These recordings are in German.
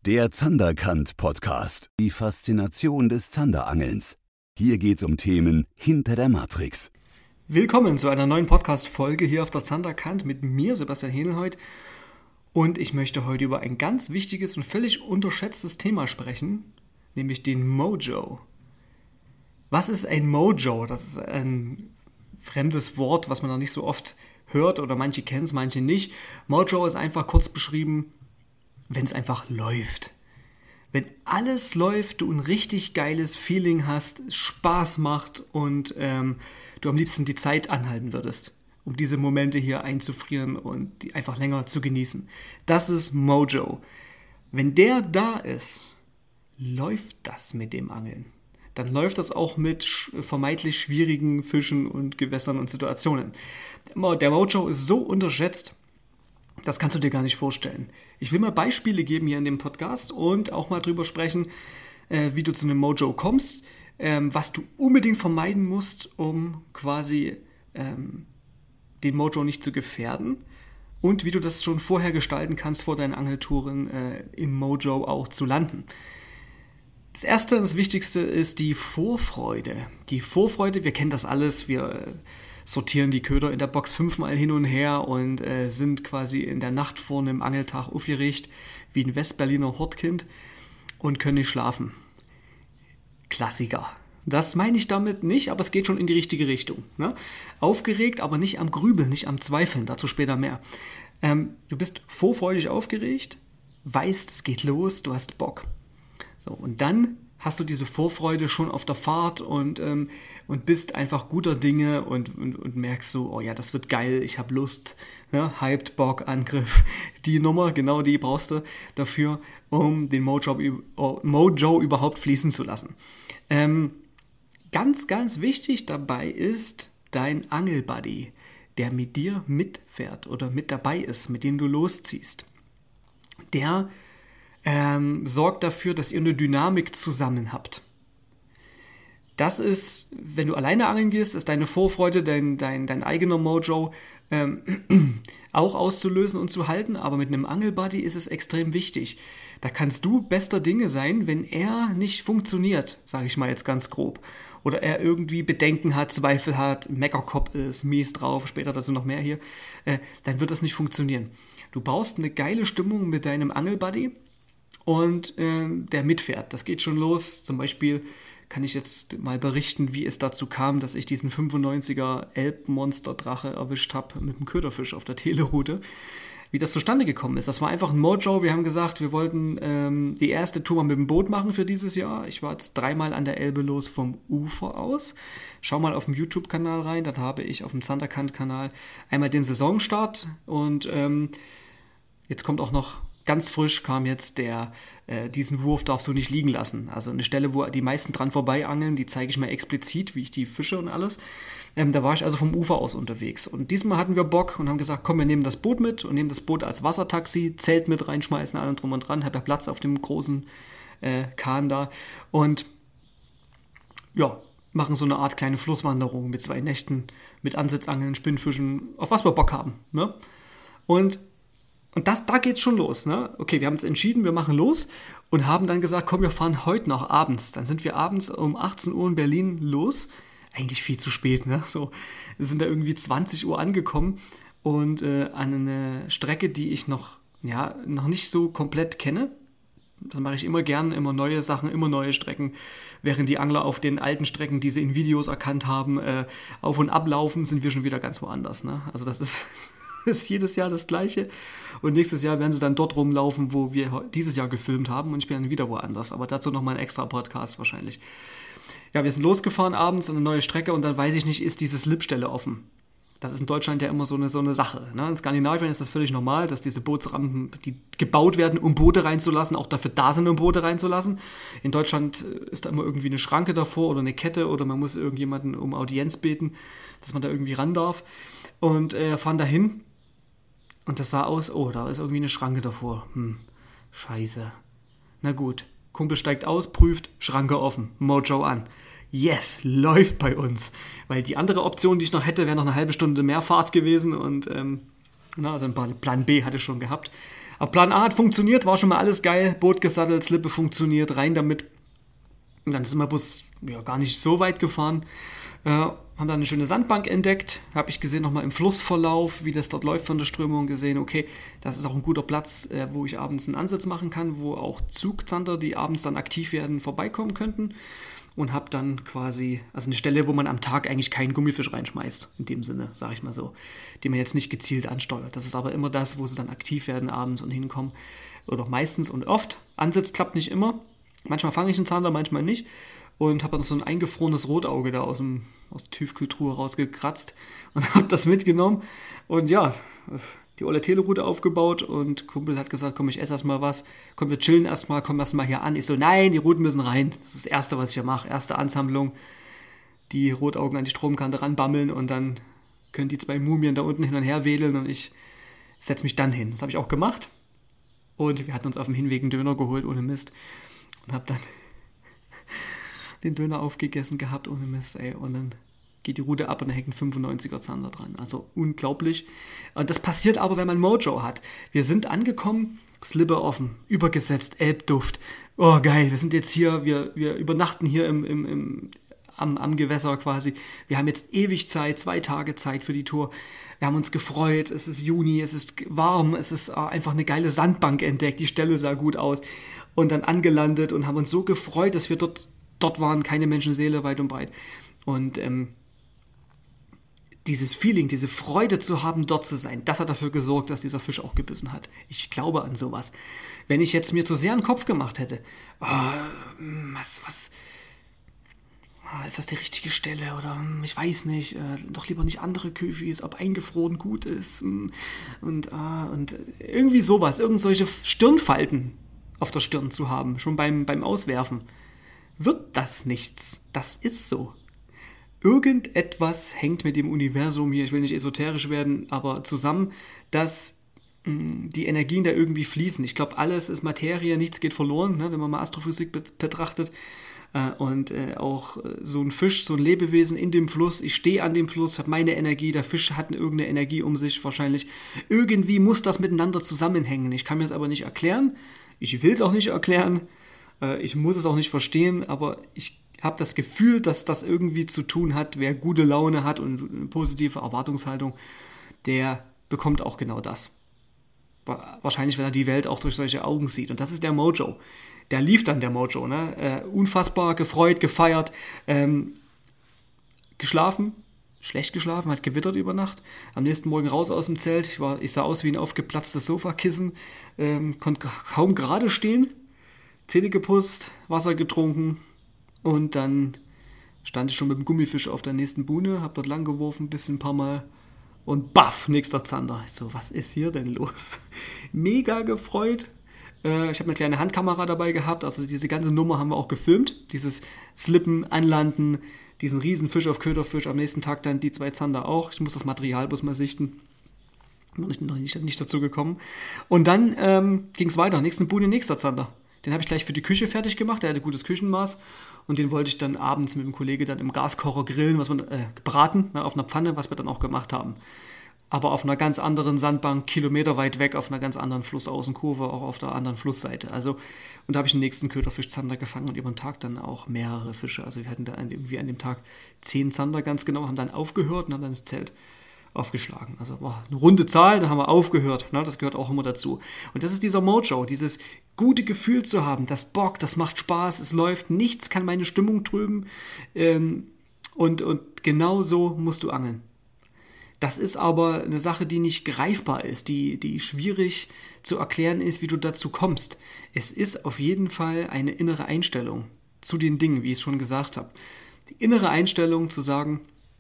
Der Zanderkant-Podcast. Die Faszination des Zanderangelns. Hier geht's um Themen hinter der Matrix. Willkommen zu einer neuen Podcast-Folge hier auf der Zanderkant mit mir, Sebastian Henelhoit. Und ich möchte heute über ein ganz wichtiges und völlig unterschätztes Thema sprechen, nämlich den Mojo. Was ist ein Mojo? Das ist ein fremdes Wort, was man noch nicht so oft hört oder manche kennen es, manche nicht. Mojo ist einfach kurz beschrieben, wenn es einfach läuft. Wenn alles läuft, du ein richtig geiles Feeling hast, Spaß macht und du am liebsten die Zeit anhalten würdest, um diese Momente hier einzufrieren und die einfach länger zu genießen. Das ist Mojo. Wenn der da ist, läuft das mit dem Angeln. Dann läuft das auch mit vermeintlich schwierigen Fischen und Gewässern und Situationen. Der Mojo ist so unterschätzt, das kannst du dir gar nicht vorstellen. Ich will mal Beispiele geben hier in dem Podcast und auch mal drüber sprechen, wie du zu einem Mojo kommst, was du unbedingt vermeiden musst, um quasi den Mojo nicht zu gefährden und wie du das schon vorher gestalten kannst, vor deinen Angeltouren im Mojo auch zu landen. Das Erste und das Wichtigste ist die Vorfreude. Die Vorfreude, wir kennen das alles, wir sortieren die Köder in der Box 5-mal hin und her und sind quasi in der Nacht vor einem Angeltag aufgeregt, wie ein Westberliner Hortkind und können nicht schlafen. Klassiker. Das meine ich damit nicht, aber es geht schon in die richtige Richtung. Ne? Aufgeregt, aber nicht am Grübeln, nicht am Zweifeln, dazu später mehr. Du bist vorfreudig aufgeregt, weißt, es geht los, du hast Bock. So, und dann hast du diese Vorfreude schon auf der Fahrt und bist einfach guter Dinge und merkst so, oh ja, das wird geil, ich habe Lust, ne? Hyped, Bock, Angriff, die Nummer, genau die brauchst du dafür, um den Mojo überhaupt fließen zu lassen. Ganz, ganz wichtig dabei ist dein Angelbuddy, der mit dir mitfährt oder mit dabei ist, mit dem du losziehst. Der sorgt dafür, dass ihr eine Dynamik zusammen habt. Das ist, wenn du alleine angeln gehst, ist deine Vorfreude, dein eigener Mojo auch auszulösen und zu halten, aber mit einem Angelbuddy ist es extrem wichtig. Da kannst du bester Dinge sein, wenn er nicht funktioniert, sage ich mal jetzt ganz grob. Oder er irgendwie Bedenken hat, Zweifel hat, Meckerkopf ist, mies drauf, später dazu noch mehr hier, dann wird das nicht funktionieren. Du brauchst eine geile Stimmung mit deinem Angelbuddy und der mitfährt. Das geht schon los. Zum Beispiel kann ich jetzt mal berichten, wie es dazu kam, dass ich diesen 95er Elbmonster-Drache erwischt habe mit einem Köderfisch auf der Teleroute. Wie das zustande gekommen ist. Das war einfach ein Mojo. Wir haben gesagt, wir wollten die erste Tour mal mit dem Boot machen für dieses Jahr. Ich war jetzt 3-mal an der Elbe los vom Ufer aus. Schau mal auf dem YouTube-Kanal rein. Dann habe ich auf dem Zanderkant-Kanal einmal den Saisonstart und jetzt kommt auch noch ganz frisch kam jetzt diesen Wurf darfst du nicht liegen lassen. Also eine Stelle, wo die meisten dran vorbei angeln, die zeige ich mal explizit, wie ich die fische und alles. Da war ich also vom Ufer aus unterwegs. Und diesmal hatten wir Bock und haben gesagt, komm, wir nehmen das Boot mit und nehmen das Boot als Wassertaxi, Zelt mit reinschmeißen, allem drum und dran, hab ja Platz auf dem großen Kahn da. Und ja, machen so eine Art kleine Flusswanderung mit 2 Nächten, mit Ansitzangeln, Spinnfischen, auf was wir Bock haben. Ne? Und da geht's schon los. Ne? Okay, wir haben uns entschieden, wir machen los und haben dann gesagt, komm, wir fahren heute noch abends. Dann sind wir abends um 18 Uhr in Berlin los. Eigentlich viel zu spät, ne? So, wir sind da irgendwie 20 Uhr angekommen und an eine Strecke, die ich noch nicht so komplett kenne. Das mache ich immer gern, immer neue Sachen, immer neue Strecken. Während die Angler auf den alten Strecken, die sie in Videos erkannt haben, auf- und ablaufen, sind wir schon wieder ganz woanders. Ne? Also das ist jedes Jahr das Gleiche. Und nächstes Jahr werden sie dann dort rumlaufen, wo wir dieses Jahr gefilmt haben und ich bin dann wieder woanders. Aber dazu nochmal ein extra Podcast wahrscheinlich. Ja, wir sind losgefahren abends an eine neue Strecke und dann weiß ich nicht, ist diese Slipstelle offen. Das ist in Deutschland ja immer so eine Sache. Ne? In Skandinavien ist das völlig normal, dass diese Bootsrampen, die gebaut werden, um Boote reinzulassen, auch dafür da sind, um Boote reinzulassen. In Deutschland ist da immer irgendwie eine Schranke davor oder eine Kette oder man muss irgendjemanden um Audienz beten, dass man da irgendwie ran darf. Und fahren da hin und das sah aus, oh, da ist irgendwie eine Schranke davor. Scheiße. Na gut, Kumpel steigt aus, prüft, Schranke offen, Mojo an. Yes, läuft bei uns. Weil die andere Option, die ich noch hätte, wäre noch eine halbe Stunde mehr Fahrt gewesen und also ein Plan B hatte ich schon gehabt. Aber Plan A hat funktioniert, war schon mal alles geil. Boot gesattelt, Slippe funktioniert, rein damit. Und dann sind wir Bus gar nicht so weit gefahren. Haben dann eine schöne Sandbank entdeckt. Habe ich gesehen nochmal im Flussverlauf, wie das dort läuft von der Strömung. Gesehen, okay, das ist auch ein guter Platz, wo ich abends einen Ansatz machen kann, wo auch Zugzander, die abends dann aktiv werden, vorbeikommen könnten. Und habe dann quasi, also eine Stelle, wo man am Tag eigentlich keinen Gummifisch reinschmeißt, in dem Sinne, sage ich mal so, die man jetzt nicht gezielt ansteuert. Das ist aber immer das, wo sie dann aktiv werden abends und hinkommen. Oder meistens und oft. Ansatz klappt nicht immer. Manchmal fange ich einen Zander, manchmal nicht. Und habe dann so ein eingefrorenes Rotauge da aus der Tiefkühltruhe rausgekratzt und habe das mitgenommen. Und ja, die olle Telerute aufgebaut und Kumpel hat gesagt, komm, ich esse erstmal was, komm, wir chillen erstmal, komm erstmal hier an. Ich so, nein, die Ruten müssen rein. Das ist das Erste, was ich hier mache. Erste Ansammlung, die Rotaugen an die Stromkante ranbammeln und dann können die 2 Mumien da unten hin und her wedeln und ich setze mich dann hin. Das habe ich auch gemacht und wir hatten uns auf dem Hinweg einen Döner geholt, ohne Mist. Und habe dann den Döner aufgegessen gehabt, ohne Mist, ey. Und dann geht die Rute ab und dann hängt ein 95er Zander dran. Also unglaublich. Und das passiert aber, wenn man Mojo hat. Wir sind angekommen, Slippe offen, übergesetzt, Elbduft. Oh geil, wir sind jetzt hier, wir übernachten hier am Gewässer quasi. Wir haben jetzt ewig Zeit, 2 Tage Zeit für die Tour. Wir haben uns gefreut, es ist Juni, es ist warm, es ist einfach eine geile Sandbank entdeckt, die Stelle sah gut aus. Und dann angelandet und haben uns so gefreut, dass wir dort waren, keine Menschenseele weit und breit. Und dieses Feeling, diese Freude zu haben, dort zu sein, das hat dafür gesorgt, dass dieser Fisch auch gebissen hat. Ich glaube an sowas. Wenn ich jetzt mir zu sehr einen Kopf gemacht hätte, ist das die richtige Stelle oder ich weiß nicht, doch lieber nicht andere Köfis, ob eingefroren gut ist und irgendwie sowas, solche Stirnfalten auf der Stirn zu haben, schon beim Auswerfen, wird das nichts. Das ist so. Irgendetwas hängt mit dem Universum hier, ich will nicht esoterisch werden, aber zusammen, dass die Energien da irgendwie fließen. Ich glaube, alles ist Materie, nichts geht verloren, ne, wenn man mal Astrophysik betrachtet. Und auch so ein Fisch, so ein Lebewesen in dem Fluss, ich stehe an dem Fluss, habe meine Energie, der Fisch hat irgendeine Energie um sich wahrscheinlich. Irgendwie muss das miteinander zusammenhängen. Ich kann mir das aber nicht erklären. Ich will es auch nicht erklären. Ich muss es auch nicht verstehen, aber ich habe das Gefühl, dass das irgendwie zu tun hat. Wer gute Laune hat und eine positive Erwartungshaltung, der bekommt auch genau das. Wahrscheinlich, wenn er die Welt auch durch solche Augen sieht. Und das ist der Mojo. Der lief dann, der Mojo. Ne? Unfassbar gefreut, gefeiert, geschlafen, schlecht geschlafen, hat gewittert über Nacht. Am nächsten Morgen raus aus dem Zelt. Ich sah aus wie ein aufgeplatztes Sofakissen, konnte kaum gerade stehen. Zähne geputzt, Wasser getrunken und dann stand ich schon mit dem Gummifisch auf der nächsten Buhne, hab dort lang geworfen, ein paar Mal und baff, nächster Zander. Ich so, was ist hier denn los? Mega gefreut. Ich habe eine kleine Handkamera dabei gehabt, also diese ganze Nummer haben wir auch gefilmt. Dieses Slippen, Anlanden, diesen riesen Fisch auf Köderfisch, am nächsten Tag dann die 2 Zander auch. Ich muss das Material bloß mal sichten. Noch nicht dazu gekommen. Und dann ging es weiter, nächsten Buhne, nächster Zander. Den habe ich gleich für die Küche fertig gemacht, der hatte gutes Küchenmaß und den wollte ich dann abends mit dem Kollegen dann im Gaskocher grillen, braten, ne, auf einer Pfanne, was wir dann auch gemacht haben. Aber auf einer ganz anderen Sandbank, kilometerweit weg, auf einer ganz anderen Flussaußenkurve, auch auf der anderen Flussseite. Also, und da habe ich den nächsten Köderfischzander gefangen und über den Tag dann auch mehrere Fische. Also wir hatten da irgendwie an dem Tag 10 Zander ganz genau, haben dann aufgehört und haben dann das Zelt aufgeschlagen. Also eine runde Zahl, dann haben wir aufgehört. Ne? Das gehört auch immer dazu. Und das ist dieser Mojo, dieses gute Gefühl zu haben, das Bock, das macht Spaß, es läuft, nichts kann meine Stimmung trüben. Und genau so musst du angeln. Das ist aber eine Sache, die nicht greifbar ist, die schwierig zu erklären ist, wie du dazu kommst. Es ist auf jeden Fall eine innere Einstellung zu den Dingen, wie ich es schon gesagt habe. Die innere Einstellung zu sagen,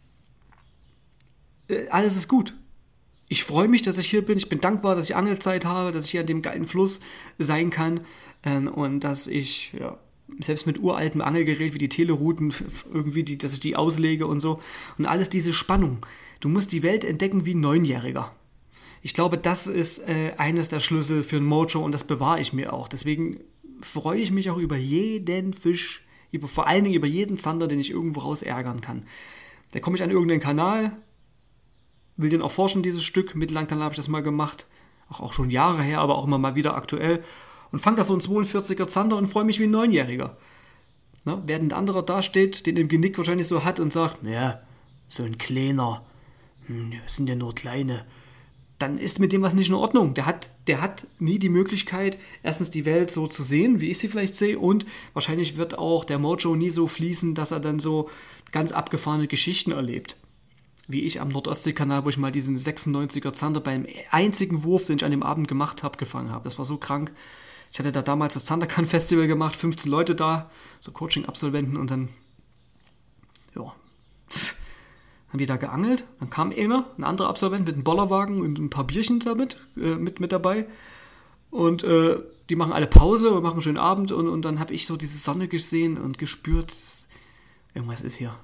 alles ist gut. Ich freue mich, dass ich hier bin. Ich bin dankbar, dass ich Angelzeit habe, dass ich hier an dem geilen Fluss sein kann und dass ich selbst mit uraltem Angelgerät wie die Teleruten irgendwie, dass ich die auslege und so. Und alles diese Spannung. Du musst die Welt entdecken wie ein 9-Jähriger. Ich glaube, das ist eines der Schlüssel für ein Mojo und das bewahre ich mir auch. Deswegen freue ich mich auch über jeden Fisch, vor allen Dingen über jeden Zander, den ich irgendwo raus ärgern kann. Da komme ich an irgendeinen Kanal, will den erforschen, dieses Stück. Mittellandkanal habe ich das mal gemacht. auch schon Jahre her, aber auch immer mal wieder aktuell. Und fange da so einen 42er Zander und freue mich wie ein 9-Jähriger. Ne? Während ein anderer dasteht, den im Genick wahrscheinlich so hat und sagt, ja, so ein kleiner, das sind ja nur kleine, dann ist mit dem was nicht in Ordnung. Der hat nie die Möglichkeit, erstens die Welt so zu sehen, wie ich sie vielleicht sehe, und wahrscheinlich wird auch der Mojo nie so fließen, dass er dann so ganz abgefahrene Geschichten erlebt. Wie ich am Nordostseekanal, wo ich mal diesen 96er Zander beim einzigen Wurf, den ich an dem Abend gemacht habe, gefangen habe. Das war so krank. Ich hatte da damals das Zanderkan-Festival gemacht, 15 Leute da, so Coaching-Absolventen, und dann, ja, haben die da geangelt. Dann kam ein anderer Absolvent mit einem Bollerwagen und ein paar Bierchen damit, mit dabei. Und die machen alle Pause und machen einen schönen Abend. Und dann habe ich so diese Sonne gesehen und gespürt, irgendwas ist hier.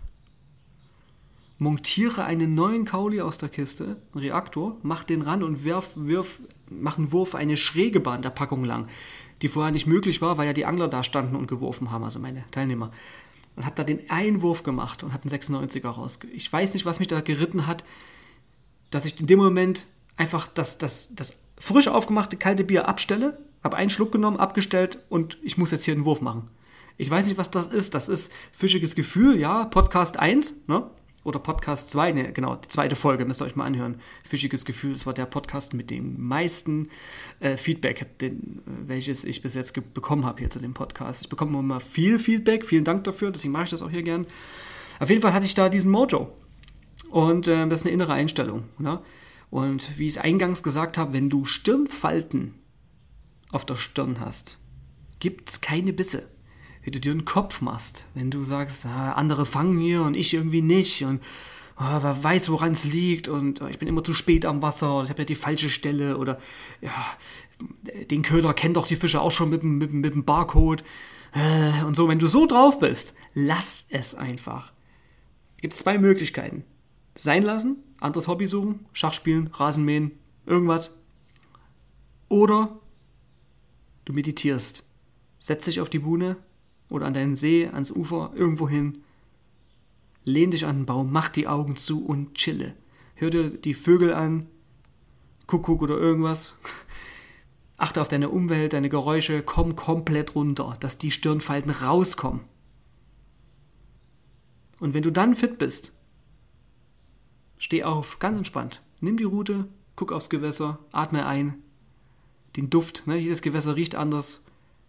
Montiere einen neuen Kauli aus der Kiste, einen Reaktor, mach den ran und mach einen Wurf eine schräge Bahn der Packung lang, die vorher nicht möglich war, weil ja die Angler da standen und geworfen haben, also meine Teilnehmer. Und habe da den einen Wurf gemacht und hatte einen 96er raus. Ich weiß nicht, was mich da geritten hat, dass ich in dem Moment einfach das frisch aufgemachte kalte Bier abstelle, habe einen Schluck genommen, abgestellt und ich muss jetzt hier einen Wurf machen. Ich weiß nicht, was das ist. Das ist fischiges Gefühl, ja, Podcast 1, ne? Oder Podcast 2, ne, genau, die zweite Folge, müsst ihr euch mal anhören. Fischiges Gefühl, das war der Podcast mit dem meisten Feedback, welches ich bis jetzt bekommen habe hier zu dem Podcast. Ich bekomme immer viel Feedback, vielen Dank dafür, deswegen mache ich das auch hier gern. Auf jeden Fall hatte ich da diesen Mojo. Und das ist eine innere Einstellung. Ne? Und wie ich es eingangs gesagt habe, wenn du Stirnfalten auf der Stirn hast, gibt es keine Bisse. Wenn du dir einen Kopf machst, wenn du sagst, andere fangen hier und ich irgendwie nicht und wer weiß, woran es liegt und ich bin immer zu spät am Wasser und ich habe ja die falsche Stelle oder ja, den Köder kennt doch die Fische auch schon mit dem Barcode und so. Wenn du so drauf bist, lass es einfach. Es gibt 2 Möglichkeiten. Sein lassen, anderes Hobby suchen, Schach spielen, Rasenmähen, irgendwas. Oder du meditierst. Setz dich auf die Buhne oder an deinen See, ans Ufer, irgendwo hin. Lehn dich an den Baum, mach die Augen zu und chille. Hör dir die Vögel an, Kuckuck oder irgendwas. Achte auf deine Umwelt, deine Geräusche, komm komplett runter, dass die Stirnfalten rauskommen. Und wenn du dann fit bist, steh auf, ganz entspannt. Nimm die Rute, guck aufs Gewässer, atme ein. Den Duft, ne? Jedes Gewässer riecht anders.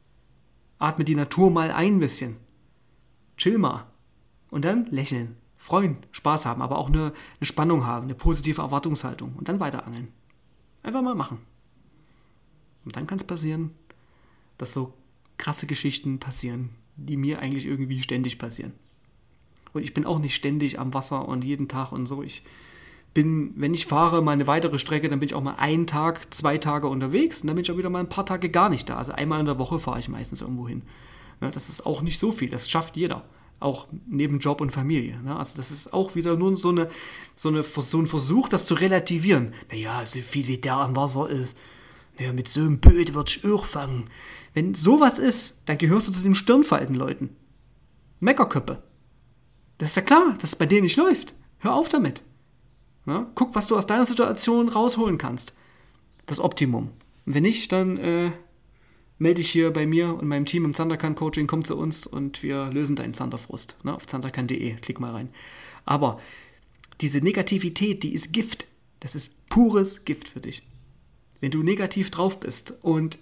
Atme die Natur mal ein bisschen. Chill mal. Und dann lächeln, freuen, Spaß haben, aber auch eine Spannung haben, eine positive Erwartungshaltung. Und dann weiter angeln. Einfach mal machen. Und dann kann es passieren, dass so krasse Geschichten passieren, die mir eigentlich irgendwie ständig passieren. Und ich bin auch nicht ständig am Wasser und jeden Tag und so. Ich bin, wenn ich fahre, mal eine weitere Strecke, dann bin ich auch mal 1 Tag, 2 Tage unterwegs und dann bin ich auch wieder mal ein paar Tage gar nicht da. Also einmal in der Woche fahre ich meistens irgendwo hin. Ja, das ist auch nicht so viel, das schafft jeder. Auch neben Job und Familie. Ne? Also das ist auch wieder nur so ein Versuch, das zu relativieren. Naja, so viel wie der am Wasser ist, naja, mit so einem Böde würde ich auch fangen. Wenn sowas ist, dann gehörst du zu den Stirnfaltenleuten. Meckerköppe. Das ist ja klar, dass es bei denen nicht läuft. Hör auf damit. Ja? Guck, was du aus deiner Situation rausholen kannst. Das Optimum. Und wenn nicht, dann melde dich hier bei mir und meinem Team im Zanderkan-Coaching, komm zu uns und wir lösen deinen Zanderfrust. Ne? Auf zanderkan.de, klick mal rein. Aber diese Negativität, die ist Gift. Das ist pures Gift für dich. Wenn du negativ drauf bist und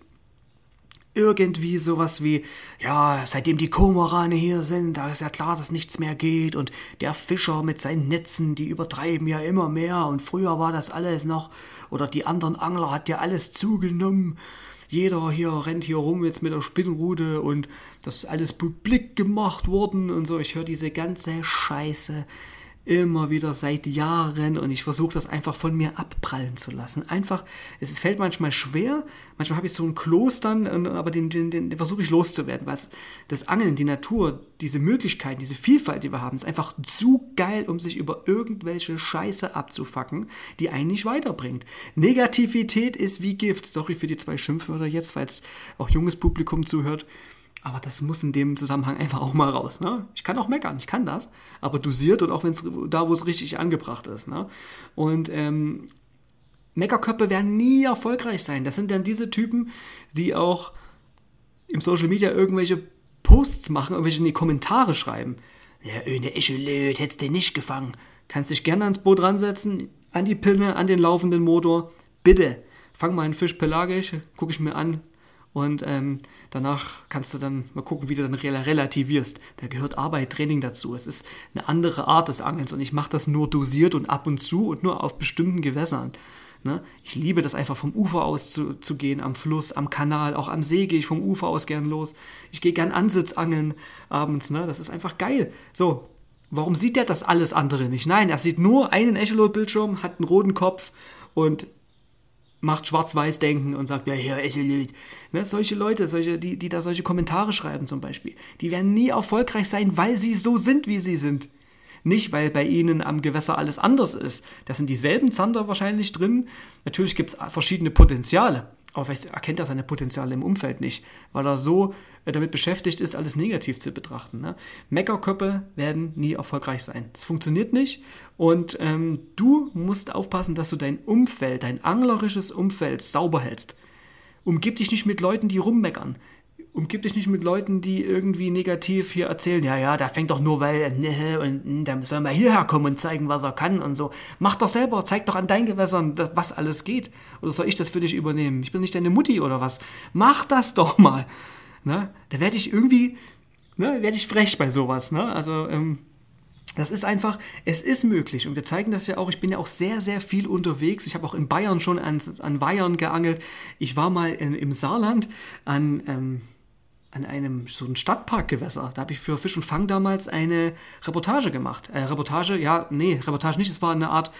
irgendwie sowas wie, ja, seitdem die Kormorane hier sind, da ist ja klar, dass nichts mehr geht und der Fischer mit seinen Netzen, die übertreiben ja immer mehr und früher war das alles noch, oder die anderen Angler hat ja alles zugenommen, jeder hier rennt hier rum jetzt mit der Spinnrute und das ist alles publik gemacht worden und so. Ich höre diese ganze Scheiße immer wieder seit Jahren und ich versuche das einfach von mir abprallen zu lassen. Einfach, es fällt manchmal schwer, manchmal habe ich so einen Kloß dann, aber den versuche ich loszuwerden, weil das Angeln, die Natur, diese Möglichkeiten, diese Vielfalt, die wir haben, ist einfach zu geil, um sich über irgendwelche Scheiße abzufacken, die einen nicht weiterbringt. Negativität ist wie Gift. Sorry für die 2 Schimpfwörter jetzt, falls auch junges Publikum zuhört. Aber das muss in dem Zusammenhang einfach auch mal raus. Ne? Ich kann auch meckern, ich kann das, aber dosiert und auch wenn es da, wo es richtig angebracht ist. Ne? Und Meckerköpfe werden nie erfolgreich sein. Das sind dann diese Typen, die auch im Social Media irgendwelche Posts machen, irgendwelche in die Kommentare schreiben. Ja, ohne Echolot hättest du nicht gefangen. Kannst dich gerne ans Boot ransetzen, an die Pinne, an den laufenden Motor. Bitte, fang mal einen Fisch pelagisch, gucke ich mir an. Und danach kannst du dann mal gucken, wie du dann relativierst. Da gehört Arbeit, Training dazu. Es ist eine andere Art des Angelns und ich mache das nur dosiert und ab und zu und nur auf bestimmten Gewässern. Ne? Ich liebe das einfach vom Ufer aus zu gehen, am Fluss, am Kanal, auch am See gehe ich vom Ufer aus gern los. Ich gehe gern Ansitzangeln abends, ne? Das ist einfach geil. So, warum sieht der das alles andere nicht? Nein, er sieht nur einen Echolot-Bildschirm, hat einen roten Kopf und macht Schwarz-Weiß-Denken und sagt, ja, hier, Echolot. Ne? Solche Leute, die da solche Kommentare schreiben zum Beispiel, die werden nie erfolgreich sein, weil sie so sind, wie sie sind. Nicht, weil bei ihnen am Gewässer alles anders ist. Da sind dieselben Zander wahrscheinlich drin. Natürlich gibt es verschiedene Potenziale. Aber vielleicht erkennt er seine Potenziale im Umfeld nicht, weil er so damit beschäftigt ist, alles negativ zu betrachten. Ne? Meckerköpfe werden nie erfolgreich sein. Das funktioniert nicht. Und du musst aufpassen, dass du dein Umfeld, dein anglerisches Umfeld sauber hältst. Umgib dich nicht mit Leuten, die rummeckern. Umgib dich nicht mit Leuten, die irgendwie negativ hier erzählen, ja, da fängt doch nur, weil, und dann soll man hierher kommen und zeigen, was er kann und so. Mach doch selber, zeig doch an deinen Gewässern, was alles geht. Oder soll ich das für dich übernehmen? Ich bin nicht deine Mutti oder was. Mach das doch mal. Ne? Da werde ich irgendwie, werde ich frech bei sowas. Ne? Also, das ist einfach, es ist möglich und wir zeigen das ja auch, ich bin ja auch sehr, sehr viel unterwegs, ich habe auch in Bayern schon an Weihern geangelt, ich war mal im Saarland an einem so ein Stadtparkgewässer, da habe ich für Fisch und Fang damals eine Reportage gemacht, Reportage nicht, es war eine Art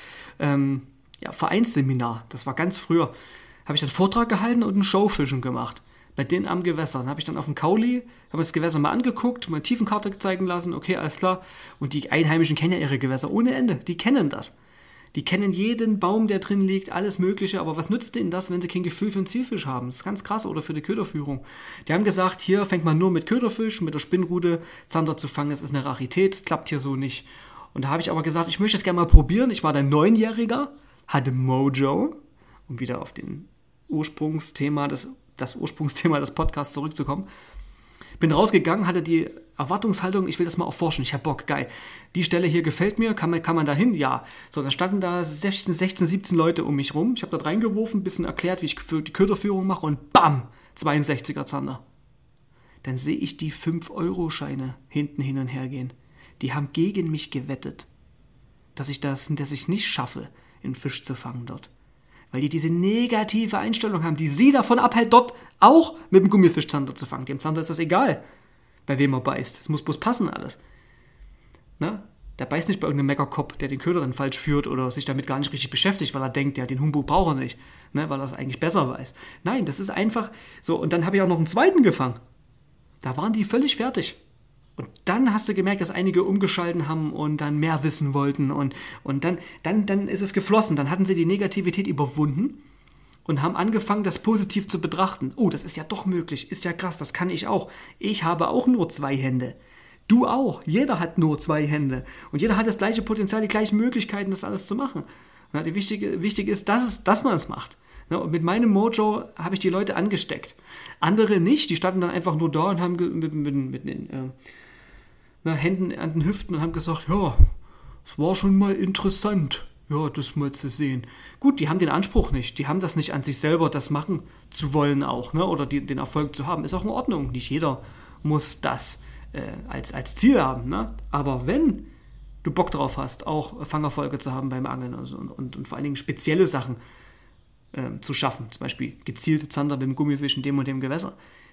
Vereinsseminar, das war ganz früher, habe ich einen Vortrag gehalten und ein Showfischen gemacht. Bei denen am Gewässer. Dann habe ich dann auf dem Kauli, habe das Gewässer mal angeguckt, mal eine Tiefenkarte zeigen lassen, okay, alles klar. Und die Einheimischen kennen ja ihre Gewässer ohne Ende. Die kennen das. Die kennen jeden Baum, der drin liegt, alles Mögliche. Aber was nützt denen das, wenn sie kein Gefühl für einen Zielfisch haben? Das ist ganz krass. Oder für die Köderführung. Die haben gesagt, hier fängt man nur mit Köderfisch, mit der Spinnrute Zander zu fangen. Das ist eine Rarität, das klappt hier so nicht. Und da habe ich aber gesagt, ich möchte es gerne mal probieren. Ich war dann 9-Jähriger, hatte Mojo, um wieder auf den Ursprungsthema des Podcasts zurückzukommen. Bin rausgegangen, hatte die Erwartungshaltung, ich will das mal erforschen, ich hab Bock, geil. Die Stelle hier gefällt mir, kann man da hin? Ja. So, dann standen da 16, 17 Leute um mich rum. Ich habe da reingeworfen, ein bisschen erklärt, wie ich für die Köderführung mache und BAM! 62er Zander. Dann sehe ich die 5-Euro-Scheine hinten hin und her gehen. Die haben gegen mich gewettet, dass ich nicht schaffe, einen Fisch zu fangen dort. Weil die diese negative Einstellung haben, die sie davon abhält, dort auch mit dem Gummifischzander zu fangen. Dem Zander ist das egal, bei wem er beißt. Es muss bloß passen alles. Ne? Der beißt nicht bei irgendeinem Meckerkopf, der den Köder dann falsch führt oder sich damit gar nicht richtig beschäftigt, weil er denkt, ja, den Humbug braucht er nicht, ne? Weil er es eigentlich besser weiß. Nein, das ist einfach so. Und dann habe ich auch noch einen zweiten gefangen. Da waren die völlig fertig. Und dann hast du gemerkt, dass einige umgeschalten haben und dann mehr wissen wollten. Und dann ist es geflossen. Dann hatten sie die Negativität überwunden und haben angefangen, das positiv zu betrachten. Oh, das ist ja doch möglich. Ist ja krass, das kann ich auch. Ich habe auch nur 2 Hände. Du auch. Jeder hat nur 2 Hände. Und jeder hat das gleiche Potenzial, die gleichen Möglichkeiten, das alles zu machen. Und wichtig ist, dass man es macht. Und mit meinem Mojo habe ich die Leute angesteckt. Andere nicht. Die standen dann einfach nur da und haben mit den Händen an den Hüften und haben gesagt, ja, es war schon mal interessant, ja, das mal zu sehen. Gut, die haben den Anspruch nicht, die haben das nicht an sich selber, das machen zu wollen auch, ne? Oder den Erfolg zu haben, ist auch in Ordnung. Nicht jeder muss das als Ziel haben, ne? Aber wenn du Bock drauf hast, auch Fangerfolge zu haben beim Angeln und vor allen Dingen spezielle Sachen zu schaffen, zum Beispiel gezielte Zander mit dem Gummifisch in dem und dem Gewässer,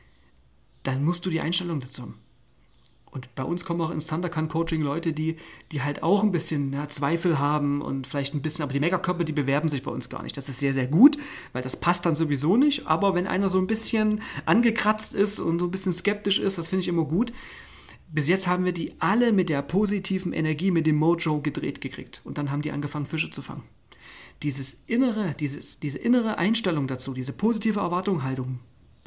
dann musst du die Einstellung dazu haben. Und bei uns kommen auch ins Thundercan-Coaching Leute, die halt auch ein bisschen Zweifel haben und vielleicht ein bisschen, aber die Meckerköpfe, die bewerben sich bei uns gar nicht. Das ist sehr, sehr gut, weil das passt dann sowieso nicht. Aber wenn einer so ein bisschen angekratzt ist und so ein bisschen skeptisch ist, das finde ich immer gut. Bis jetzt haben wir die alle mit der positiven Energie, mit dem Mojo gedreht gekriegt. Und dann haben die angefangen, Fische zu fangen. Diese innere Einstellung dazu, diese positive Erwartungshaltung,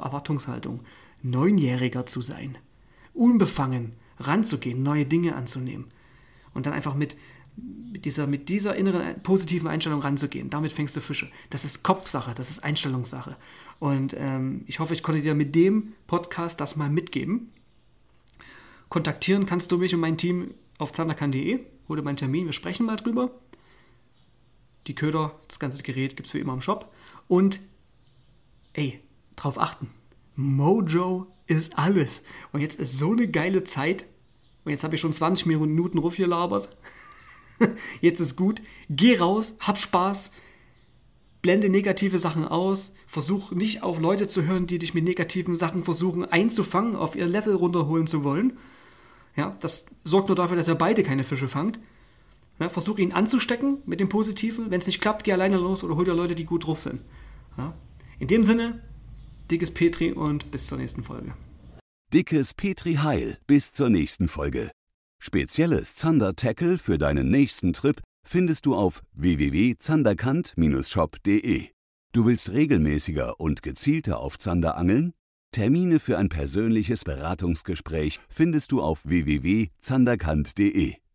9-Jähriger zu sein, unbefangen ranzugehen, neue Dinge anzunehmen und dann einfach mit mit dieser inneren positiven Einstellung ranzugehen. Damit fängst du Fische. Das ist Kopfsache, das ist Einstellungssache. Und ich hoffe, ich konnte dir mit dem Podcast das mal mitgeben. Kontaktieren kannst du mich und mein Team auf zanderkan.de. Hol dir meinen Termin, wir sprechen mal drüber. Die Köder, das ganze Gerät gibt es wie immer im Shop. Und drauf achten. Mojo ist alles. Und jetzt ist so eine geile Zeit. Und jetzt habe ich schon 20 Minuten rumgelabert. Jetzt ist gut. Geh raus, hab Spaß. Blende negative Sachen aus. Versuch nicht auf Leute zu hören, die dich mit negativen Sachen versuchen einzufangen, auf ihr Level runterholen zu wollen. Ja, das sorgt nur dafür, dass ihr beide keine Fische fangt. Ja, versuch ihn anzustecken mit dem Positiven. Wenn es nicht klappt, geh alleine los oder hol dir Leute, die gut drauf sind. Ja. In dem Sinne, dickes Petri und bis zur nächsten Folge. Dickes Petri Heil, bis zur nächsten Folge. Spezielles Zander-Tackle für deinen nächsten Trip findest du auf www.zanderkant-shop.de. Du willst regelmäßiger und gezielter auf Zander angeln? Termine für ein persönliches Beratungsgespräch findest du auf www.zanderkant.de.